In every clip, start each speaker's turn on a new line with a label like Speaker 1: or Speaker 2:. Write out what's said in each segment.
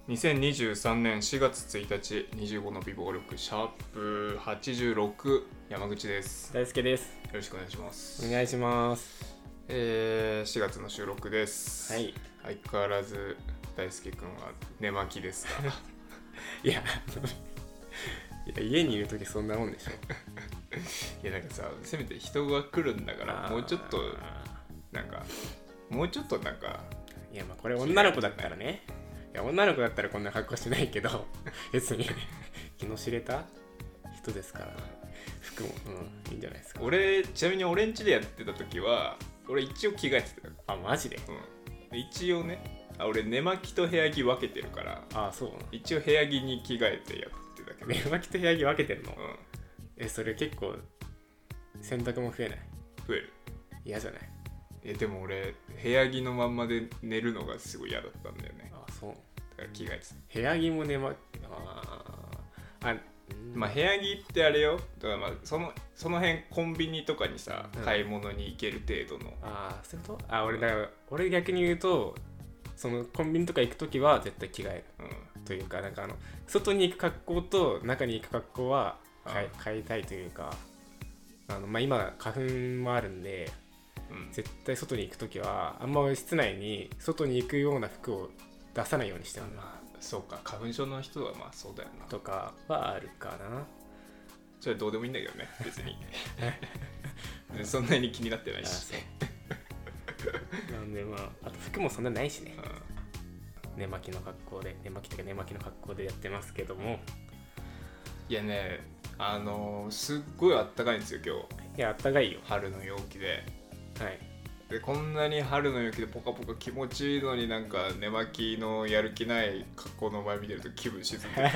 Speaker 1: 2023年4月1日25の美貌録シャープ86山口です。
Speaker 2: 大輔です。
Speaker 1: よろしくお願いします。
Speaker 2: お願いします。
Speaker 1: 4月の収録です。
Speaker 2: はい。
Speaker 1: 相変わらず大輔くんは寝巻きですか？
Speaker 2: いや家にいるときそんなもんでしょ。
Speaker 1: いやなんかさ、せめて人が来るんだからもうちょっとなんか
Speaker 2: いやまあこれ女の子だったらね、いや女の子だったらこんな格好しないけど別に気の知れた人ですから服も、いいんじゃないですか。
Speaker 1: ちなみに俺ん家でやってた時は俺一応着替えてた。
Speaker 2: あ、マジで？
Speaker 1: 一応ね、俺寝巻きと部屋着分けてるから、
Speaker 2: そうなの。
Speaker 1: 一応部屋着に着替えてやってたけど。
Speaker 2: 寝巻きと部屋着分けてるの？それ結構洗濯も増えない？
Speaker 1: 増える。
Speaker 2: 嫌じゃない？
Speaker 1: でも俺部屋着のまんまで寝るのがすごい嫌だったんだよね。
Speaker 2: そう。
Speaker 1: だから着替えてた。
Speaker 2: 部屋着も寝巻き、
Speaker 1: まあ部屋着ってあれよ。だからまあその辺コンビニとかにさ、買い物に行ける程度の。
Speaker 2: そういうこと？俺逆に言うと、そのコンビニとか行くときは絶対着替える。というか、なんか外に行く格好と中に行く格好は変えたいというか、今花粉もあるんで、絶対外に行くときはあんま室内に外に行くような服を出さないようにしてる。
Speaker 1: そうか、花粉症の人はまあそうだよな。
Speaker 2: とかはあるかな。
Speaker 1: それはどうでもいいんだけどね、別に。そんなに気になってないし。
Speaker 2: なんであと服もそんなないしね。寝巻きの格好でやってますけども。
Speaker 1: いやね、すっごいあったかいんですよ今日。
Speaker 2: いや、あったかいよ。
Speaker 1: 春の陽気で。
Speaker 2: はい。
Speaker 1: でこんなに春の陽気でポカポカ気持ちいいのに、なんか寝巻きのやる気ない格好の前見てると気分沈んでるんだ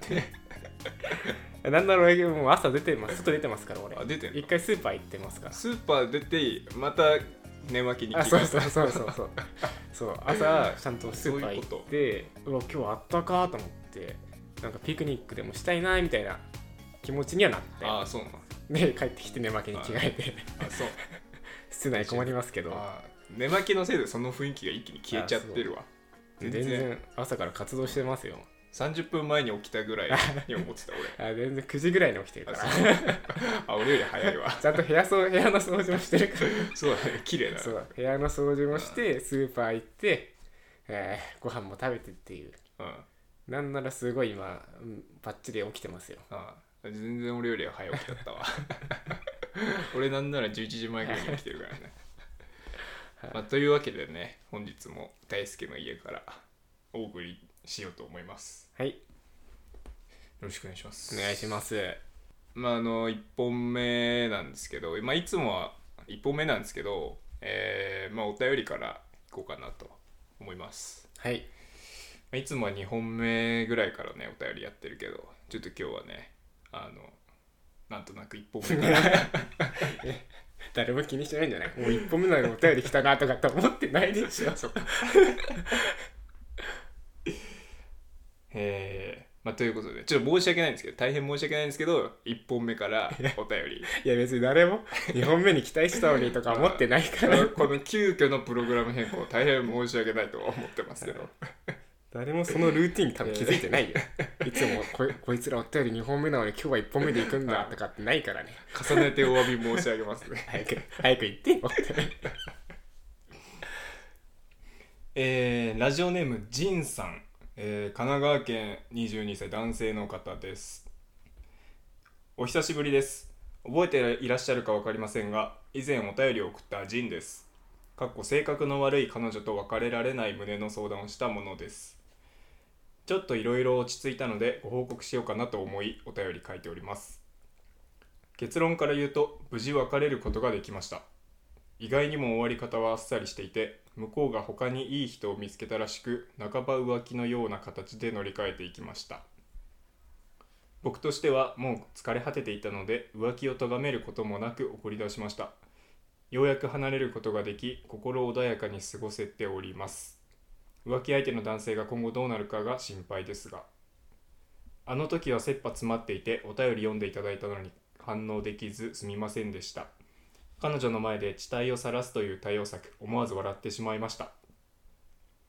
Speaker 1: って
Speaker 2: なんだろう、もう朝外出てますから俺。
Speaker 1: 出てんの？
Speaker 2: 一回スーパー行ってますから。
Speaker 1: スーパー出てまた寝巻きに着替えた。
Speaker 2: そう朝ちゃんとスーパー行って今日あったかと思って、なんかピクニックでもしたいなみたいな気持ちにはなって、
Speaker 1: そうなの。
Speaker 2: で帰ってきて寝巻きに着替えて
Speaker 1: そう
Speaker 2: 室内困りますけど、
Speaker 1: 寝巻きのせいでその雰囲気が一気に消えちゃってるわ。
Speaker 2: 全然朝から活動してますよ。
Speaker 1: 30分前に起きたぐらいに思ってた俺。
Speaker 2: 全然9時ぐらいに起きてるから
Speaker 1: 俺より早いわ。
Speaker 2: ちゃんと部屋の掃除もしてるから
Speaker 1: そうだね、綺麗だ。
Speaker 2: そう部屋の掃除もしてスーパー行って、ご飯も食べてっていう、なんならすごい今バッチリ起きてますよ。
Speaker 1: 全然俺よりは早起きだったわ。俺なんなら11時前ぐらいに起きてるからね。というわけでね、本日も大輔の家からお送りしようと思います。
Speaker 2: はい、よ
Speaker 1: ろしくお願いします。
Speaker 2: お願いします。
Speaker 1: 1本目なんですけど、いつもは1本目なんですけど、お便りからいこうかなと思います。
Speaker 2: はい。
Speaker 1: いつもは2本目ぐらいからねお便りやってるけど、ちょっと今日はねなんとなく1本目から
Speaker 2: 誰も気にしてないんじゃない？もう1本目なのにお便り来たなとかって思ってないでしょ。
Speaker 1: そうか。ということでちょっと申し訳ないんですけど、大変申し訳ないんですけど、1本目からお便り
Speaker 2: いや別に誰も2本目に期待したのにとか思ってないから
Speaker 1: この急遽のプログラム変更大変申し訳ないと思ってますけど
Speaker 2: 誰もそのルーティンに多分気づいてないよ。いつもこいつらお便り2本目なのに今日は1本目で行くんだとかってないからね。
Speaker 1: 重ねてお詫び申し上げますね。
Speaker 2: 早く言ってよ。
Speaker 1: ラジオネームジンさん、神奈川県22歳男性の方です。お久しぶりです。覚えていらっしゃるか分かりませんが、以前お便りを送ったジンです。性格の悪い彼女と別れられない旨の相談をしたものです。ちょっといろいろ落ち着いたのでご報告しようかなと思いお便り書いております。結論から言うと、無事別れることができました。意外にも終わり方はあっさりしていて、向こうが他にいい人を見つけたらしく、半ば浮気のような形で乗り換えていきました。僕としてはもう疲れ果てていたので、浮気を咎めることもなく送り出しました。ようやく離れることができ、心穏やかに過ごせております。浮気相手の男性が今後どうなるかが心配ですが、あの時は切羽詰まっていてお便り読んでいただいたのに反応できずすみませんでした。彼女の前で恥体を晒すという対応策、思わず笑ってしまいました。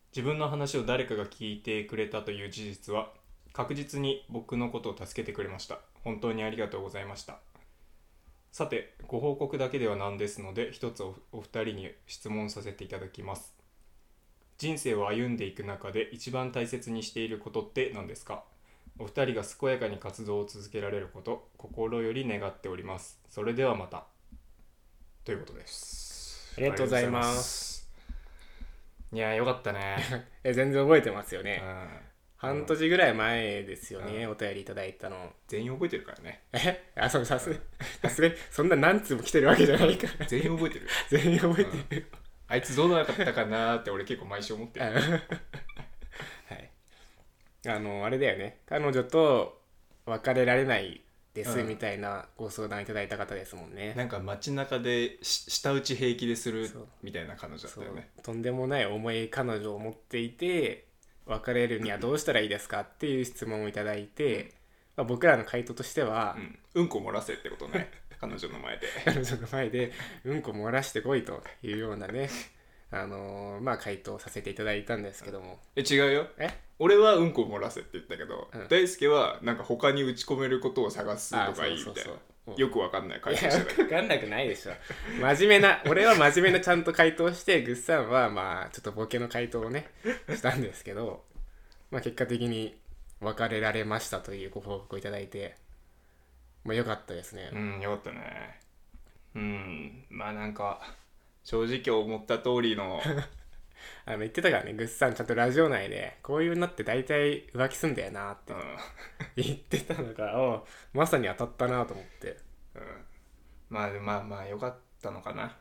Speaker 1: 自分の話を誰かが聞いてくれたという事実は確実に僕のことを助けてくれました。本当にありがとうございました。さて、ご報告だけではなんですので、一つお二人に質問させていただきます。人生を歩んでいく中で一番大切にしていることって何ですか？お二人が健やかに活動を続けられること、心より願っております。それではまた。ということです。
Speaker 2: ありがとうございます。
Speaker 1: いやー、よかったね。
Speaker 2: 全然覚えてますよね。
Speaker 1: うん、
Speaker 2: 半年ぐらい前ですよね、お便りいただいたの。
Speaker 1: 全員覚えてるからね。
Speaker 2: そう、さすがにそんな何通も来てるわけじゃないから
Speaker 1: 全員覚えてる。
Speaker 2: 全員覚えてる、
Speaker 1: あいつどうなかったかなーって俺結構毎週思ってる。はい。
Speaker 2: あれだよね、彼女と別れられないですみたいなご相談いただいた方ですもんね。
Speaker 1: なんか街中で舌打ち平気でするみたいな彼女だったよね。
Speaker 2: とんでもない重い彼女を持っていて、別れるにはどうしたらいいですかっていう質問をいただいて、僕らの回答としては、
Speaker 1: うんこ漏らせってことね。彼女の前で
Speaker 2: 彼女の前でうんこ漏らしてこいというようなね回答させていただいたんですけども、
Speaker 1: 違うよ。俺はうんこ漏らせって言ったけど、大輔はなんか他に打ち込めることを探すとかいいみたいな、よくわかんない回答してた。
Speaker 2: よくわかんなくないでしょ。俺は真面目なちゃんと回答して、グッさんはちょっとボケの回答をねしたんですけど、結果的に別れられましたというご報告をいただいて、よかったですね。
Speaker 1: よかったね。なんか正直思った通りの
Speaker 2: 言ってたからね、グッさんちゃんとラジオ内でこういうのって大体浮気すんだよなって言ってたのが、まさに当たったなと思って、
Speaker 1: まあよかったのかな。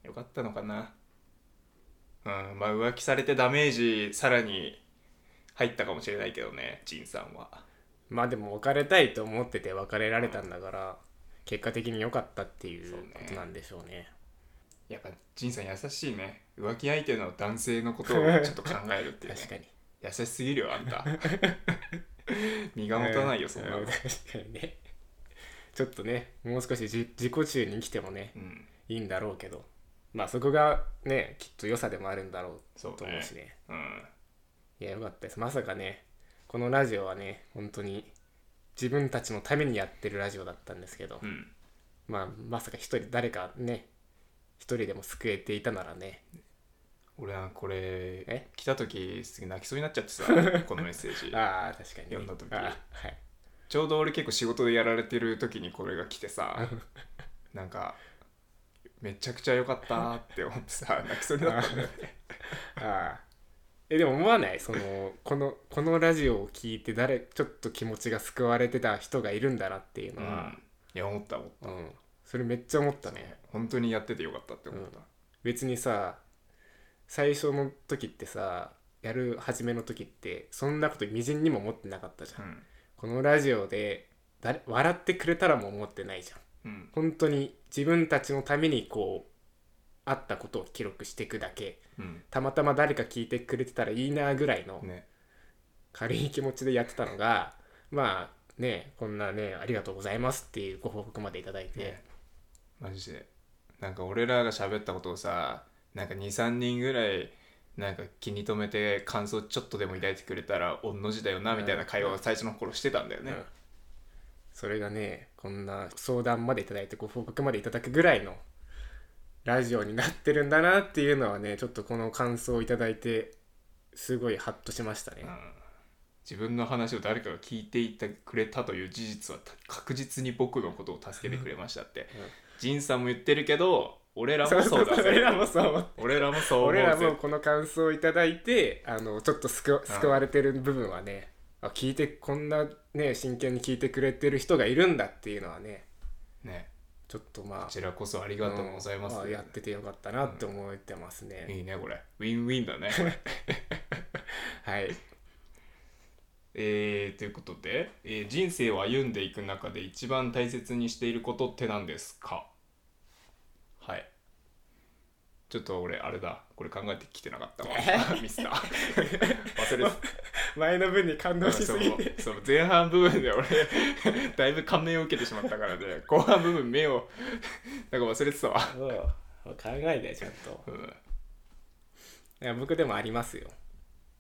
Speaker 1: 浮気されてダメージさらに入ったかもしれないけどね、ジンさんは。
Speaker 2: でも別れたいと思ってて別れられたんだから、結果的に良かったっていうことなんでしょうね。
Speaker 1: やっぱジンさん優しいね。浮気相手の男性のことをちょっと考えるっていう、ね、
Speaker 2: 確かに
Speaker 1: 優しすぎるよあんた。身が持たないよそんなの。
Speaker 2: 確かにね。ちょっとね、もう少し自己中に生きてもね、いいんだろうけど、そこがねきっと良さでもあるんだろうと思うしね。いやよかったです。まさかね、このラジオはね本当に自分たちのためにやってるラジオだったんですけど、まさか誰かね一人でも救えていたならね。
Speaker 1: 俺はこれ来た時泣きそうになっちゃってさこのメッセージ
Speaker 2: 確かに、
Speaker 1: 読んだ時、ちょうど俺結構仕事でやられてる時にこれが来てさなんかめちゃくちゃ良かったって思ってさ泣きそうになったんだよね。
Speaker 2: でも思わない？このラジオを聞いてちょっと気持ちが救われてた人がいるんだなっていうのは、
Speaker 1: いや思った、
Speaker 2: それめっちゃ思ったね。
Speaker 1: 本当にやっててよかったって思った、
Speaker 2: 別にさ最初の時ってさ、初めの時ってそんなことみじんにも思ってなかったじゃん、このラジオで笑ってくれたらも思ってないじゃん、本当に自分たちのためにあったことを記録していくだけ、たまたま誰か聞いてくれてたらいいなぐらいの軽い気持ちでやってたのが、こんなねありがとうございますっていうご報告までいただいて、
Speaker 1: マジでなんか俺らが喋ったことをさ、なんか 2,3 人ぐらいなんか気に留めて感想ちょっとでも抱いてくれたら御の字だよなみたいな会話を最初の頃してたんだよね、
Speaker 2: それがねこんな相談までいただいてご報告までいただくぐらいのラジオになってるんだなっていうのはね、ちょっとこの感想をいただいてすごいハッとしましたね、
Speaker 1: 自分の話を誰かが聞いていてくれたという事実は確実に僕のことを助けてくれましたって、ジンさんも言ってるけど俺らもそうだぜ。
Speaker 2: 俺らもそう
Speaker 1: 俺らもそう思うぜ。
Speaker 2: 俺らもこの感想をいただいてちょっと救われてる部分はね、聞いてこんなね真剣に聞いてくれてる人がいるんだっていうのはねちょっとこ
Speaker 1: ちらこそありがとうございます、
Speaker 2: やっててよかったなって思ってますね、
Speaker 1: いいねこれウィンウィンだねこれ
Speaker 2: はい
Speaker 1: ということで、人生を歩んでいく中で一番大切にしていることって何ですか？はい。ちょっと俺あれだ、これ考えてきてなかったわミスった忘れて
Speaker 2: 前の分に感動しすぎて
Speaker 1: そう前半部分で俺だいぶ感銘を受けてしまったからで、後半部分目をなんか忘れてたわ
Speaker 2: 考えてちゃんと、いや僕でもありますよ。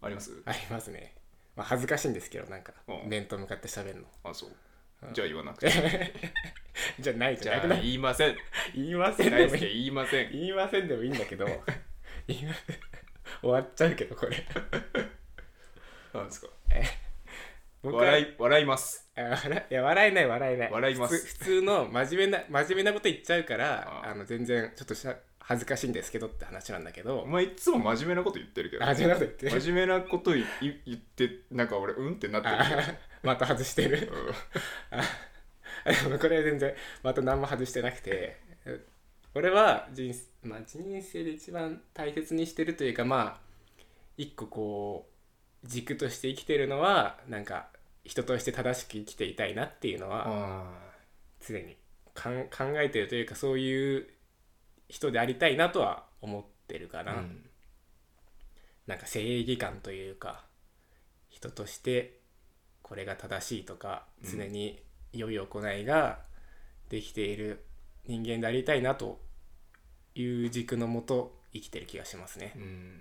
Speaker 1: あります？
Speaker 2: ありますね。まあ恥ずかしいんですけど、なんか
Speaker 1: うん
Speaker 2: 面と向かって喋るの。
Speaker 1: あ、そう。
Speaker 2: うん
Speaker 1: じゃあ言わなくて。
Speaker 2: じゃない
Speaker 1: じゃあ
Speaker 2: じゃなくない。
Speaker 1: 言いません。
Speaker 2: 言いませんで
Speaker 1: 大輔
Speaker 2: もいい。
Speaker 1: 言いません。
Speaker 2: 言いませんでもいいんだけど言いません終わっちゃうけどこれ
Speaker 1: なんですか？
Speaker 2: 僕は
Speaker 1: 笑います。
Speaker 2: いや笑えない
Speaker 1: 笑います
Speaker 2: 普通の真面目なこと言っちゃうから
Speaker 1: あ
Speaker 2: 全然ちょっと恥ずかしいんですけどって話なんだけど。
Speaker 1: お前いつも真面目なこと言ってるけど、
Speaker 2: 真面目なこと言ってる。
Speaker 1: 真面目なこと言ってなんか俺ってなってるけど
Speaker 2: また外してる
Speaker 1: うん
Speaker 2: でもこれは全然また何も外してなくて、俺は人生で一番大切にしてるというか、まあ一個こう軸として生きてるのは、なんか人として正しく生きていたいなっていうのは常に考えてるというか、そういう人でありたいなとは思ってるかな、なんか正義感というか、人としてこれが正しいとか、常に良い行いができている人間でありたいなという軸のもと生きてる気がしますね。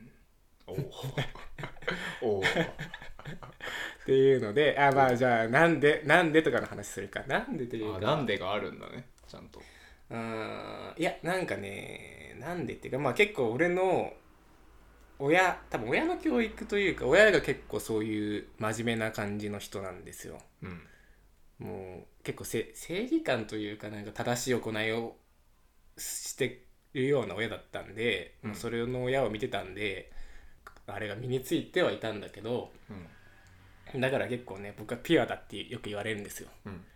Speaker 1: お
Speaker 2: っていうので、まあじゃあなんでとかの話するか。なんでというか、
Speaker 1: なんでがあるんだね、ちゃんと。
Speaker 2: いやなんかね、なんでっていうか、まあ結構俺の多分親の教育というか、親が結構そういう真面目な感じの人なんですよ。もう結構正義感というか、なんか正しい行いをしてるような親だったんで、それの親を見てたんで、あれが身についてはいたんだけど、だから結構ね、僕はピュアだってよく言われるんですよ。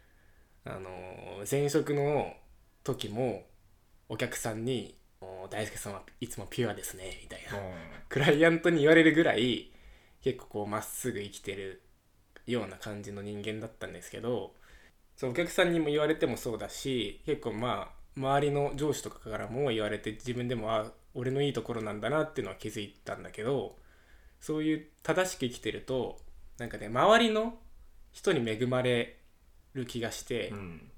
Speaker 2: 前職の時もお客さんに大輔さんはいつもピュアですねみたいな、クライアントに言われるぐらい結構こうまっすぐ生きてるような感じの人間だったんですけど、そうお客さんにも言われてもそうだし、結構まあ周りの上司とかからも言われて、自分でも俺のいいところなんだなっていうのは気づいたんだけど、そういう正しく生きてるとなんかね、周りの人に恵まれる気がして、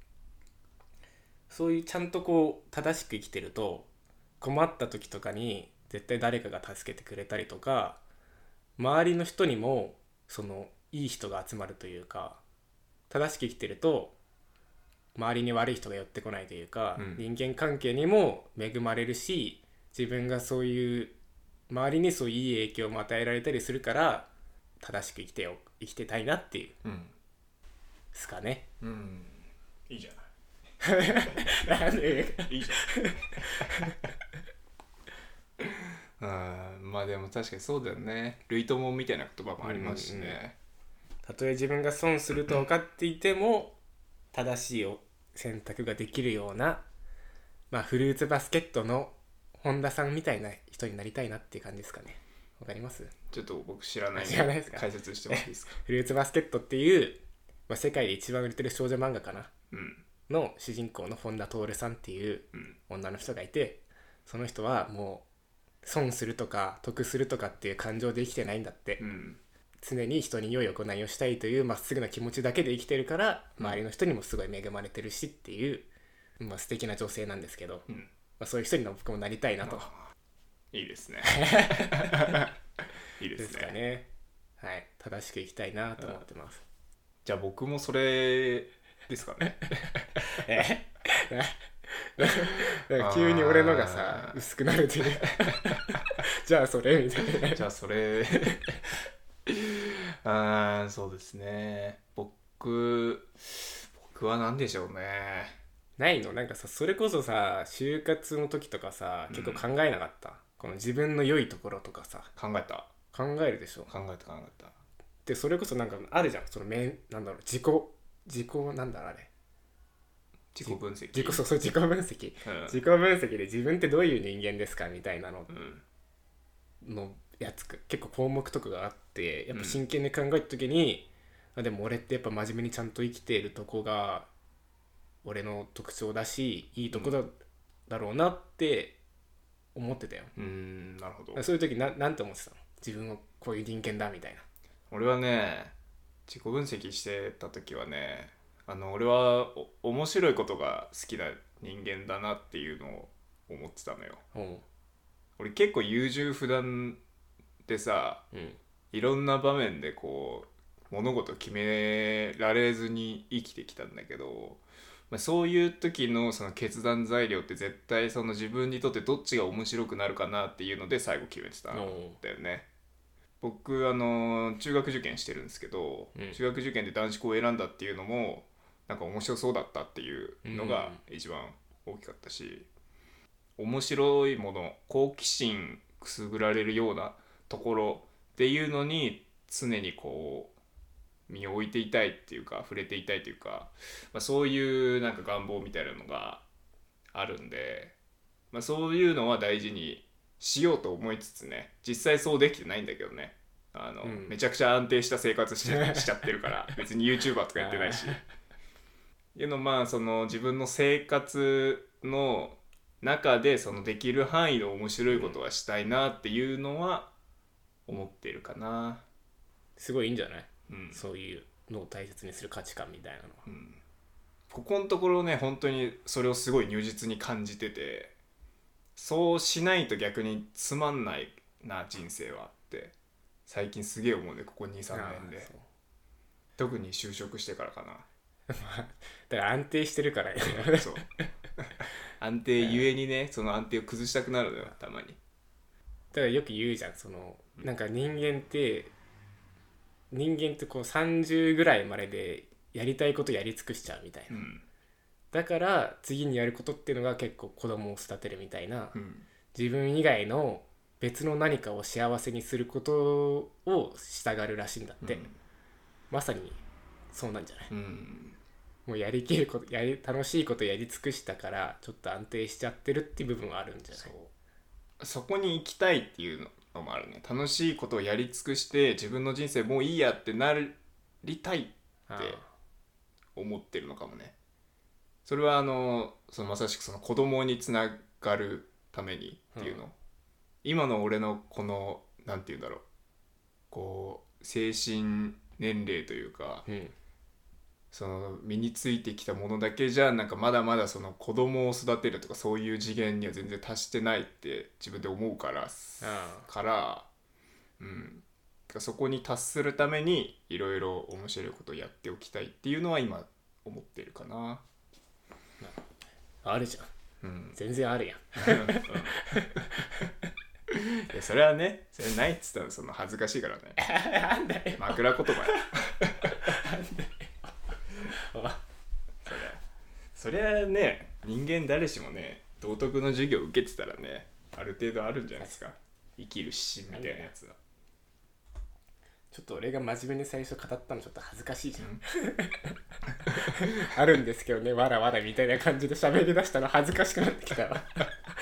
Speaker 2: そういうちゃんとこう正しく生きてると、困った時とかに絶対誰かが助けてくれたりとか、周りの人にもそのいい人が集まるというか、正しく生きてると周りに悪い人が寄ってこないというか、人間関係にも恵まれるし、自分がそういう周りにそういういい影響も与えられたりするから、正しく生きてたいなっていう、ですかね。
Speaker 1: いいじゃない
Speaker 2: なんで
Speaker 1: いいじゃんまあでも確かにそうだよね。類友みたいな言葉もありますしね。
Speaker 2: たとえ自分が損すると分かっていても正しい選択ができるような、まあフルーツバスケットの本田さんみたいな人になりたいなっていう感じですかね。わかります？
Speaker 1: ちょっと僕知らない
Speaker 2: 知らないですか？
Speaker 1: 解説してもらっていいですか？
Speaker 2: フルーツバスケットっていう、世界で一番売れてる少女漫画かな、の主人公の本田徹さんっていう女の人がいて、その人はもう損するとか得するとかっていう感情で生きてないんだって、常に人に良い行いをしたいというまっすぐな気持ちだけで生きてるから、周りの人にもすごい恵まれてるしっていう、素敵な女性なんですけど、そういう人に僕もなりたいなと。
Speaker 1: いいですねいいです
Speaker 2: かね。はい、正しく生きたいなと思ってます。
Speaker 1: じゃあ僕もそれですかね
Speaker 2: なんか急に俺のがさ薄くなるというじゃあそれみたいな。
Speaker 1: じゃあそれそうですね。僕は何でしょうね。
Speaker 2: ないの？なんかさ、それこそさ、就活の時とかさ、結構考えなかった？この自分の良いところとかさ。
Speaker 1: 考えた。
Speaker 2: 考えるでしょ。
Speaker 1: 考えた。
Speaker 2: でそれこそなんかあるじゃん、そのなんだろう、自己なんだろうあれ、
Speaker 1: 自己分析。
Speaker 2: 自己分析、自己分析で自分ってどういう人間ですかみたいなののやつ結構項目とかがあって、やっぱ真剣に考えた時に、でも俺ってやっぱ真面目にちゃんと生きているとこが俺の特徴だし、いいとこだろうなって思ってたよ。
Speaker 1: なるほど。
Speaker 2: そういう時なんて思ってたの？自分はこういう人間だみたいな。
Speaker 1: 俺はね、自己分析してた時はね、俺は面白いことが好きな人間だなっていうのを思ってたのよ。俺結構優柔不断でさ、 いろんな場面でこう物事を決められずに生きてきたんだけど、そういう時のその決断材料って絶対その自分にとってどっちが面白くなるかなっていうので最後決めてたんだよね。僕中学受験してるんですけど、中学受験で男子校を選んだっていうのもなんか面白そうだったっていうのが一番大きかったし、面白いもの、好奇心くすぐられるようなところっていうのに常にこう身を置いていたいっていうか触れていたいというか、そういうなんか願望みたいなのがあるんで、そういうのは大事にしようと思いつつね、実際そうできてないんだけどね、めちゃくちゃ安定した生活しちゃってるから別に YouTuber とかやってないしいうのその自分の生活の中でそのできる範囲の面白いことはしたいなっていうのは思ってるかな。
Speaker 2: すごいいいんじゃない、そういうのを大切にする価値観みたいなのは、
Speaker 1: ここのところね本当にそれをすごい如実に感じてて、そうしないと逆につまんないな人生はって最近すげえ思うね、ここ 2,3 年で。特に就職してからかな
Speaker 2: だから安定してるからね
Speaker 1: そう安定ゆえにね、その安定を崩したくなるのよたまに。だ
Speaker 2: からよく言うじゃん、そのなんか人間ってこう30ぐらいまででやりたいことやり尽くしちゃうみたいな、だから次にやることっていうのが結構子供を育てるみたいな、自分以外の別の何かを幸せにすることをしたがるらしいんだって、まさにそうなんじゃない、もうやりきること楽しいことやり尽くしたからちょっと安定しちゃってるっていう部分はあるんじゃない。
Speaker 1: そこに行きたいっていうのもあるね。楽しいことをやり尽くして自分の人生もういいやってなりたいって思ってるのかもね。それはそのまさしくその子供につながるためにっていうの、今の俺のこのなんていうんだろう、こう精神年齢というか、その身についてきたものだけじゃなんかまだまだその子供を育てるとかそういう次元には全然達してないって自分で思うからそこに達するためにいろいろ面白いことをやっておきたいっていうのは今思ってるかな。
Speaker 2: あるじゃん、全然あるやん
Speaker 1: いやそれはね、それないっつったらその恥ずかしいからね
Speaker 2: なんだよ
Speaker 1: 枕言葉やそりゃね、人間誰しもね道徳の授業受けてたらねある程度あるんじゃないですか、生きる指針みたいなやつは。
Speaker 2: ちょっと俺が真面目に最初語ったのちょっと恥ずかしいじゃんあるんですけどね、わらわらみたいな感じで喋り出したの恥ずかしくなってきたわ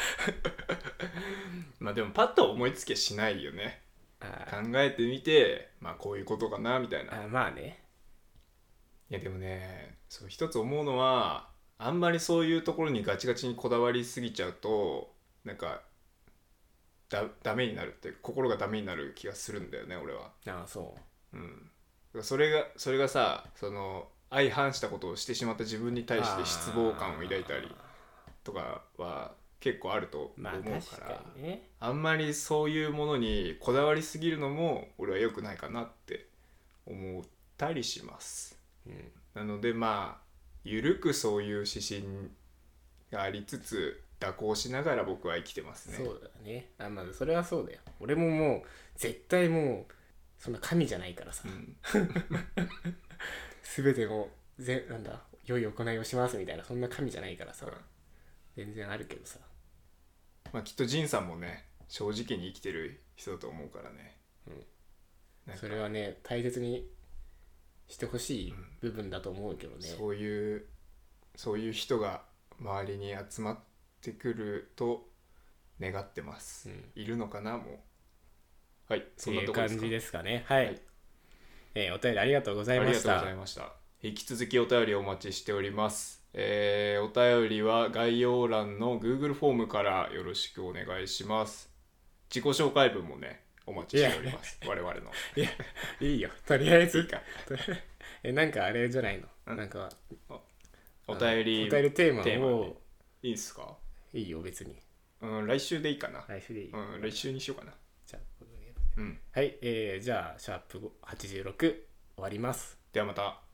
Speaker 1: でもパッと思いつきしないよね。考えてみてこういうことかなみたいな。
Speaker 2: まあね。
Speaker 1: いやでもね、そう一つ思うのはあんまりそういうところにガチガチにこだわりすぎちゃうとなんかダメになるって心がダメになる気がするんだよね俺は。
Speaker 2: そう。
Speaker 1: それがさ、その相反したことをしてしまった自分に対して失望感を抱いたりとかは結構あると思うから、あんまりそういうものにこだわりすぎるのも俺は良くないかなって思ったりします、なので緩くそういう指針がありつつ蛇行しながら僕は生きてますね。
Speaker 2: そうだね。それはそうだよ。俺ももう絶対もうそんな神じゃないからさ、全てもなんだ良い行いをしますみたいなそんな神じゃないからさ、全然あるけどさ、
Speaker 1: きっと仁さんもね正直に生きてる人だと思うからね、
Speaker 2: それはね大切にしてほしい部分だと思うけどね、
Speaker 1: そういう人が周りに集まってくると願ってます、いるのかなもう。はい、そんなとこですか。
Speaker 2: っていう感じですかね。はい、お便りありがとうございました。
Speaker 1: ありがとうございました。引き続きお便りお待ちしております。お便りは概要欄の Google フォームからよろしくお願いします。自己紹介文もねお待ちしております。我々の。
Speaker 2: いやいいよ、とりあえず
Speaker 1: いいか
Speaker 2: なんかあれじゃないの、なんか
Speaker 1: お便り
Speaker 2: テーマを
Speaker 1: いいですか。
Speaker 2: いいよ別に。
Speaker 1: 来週でいいかな。
Speaker 2: 来週でいい。
Speaker 1: 来週にしようかな。
Speaker 2: じゃあ
Speaker 1: うん、
Speaker 2: はい、じゃあシャープ86終わります。
Speaker 1: ではまた。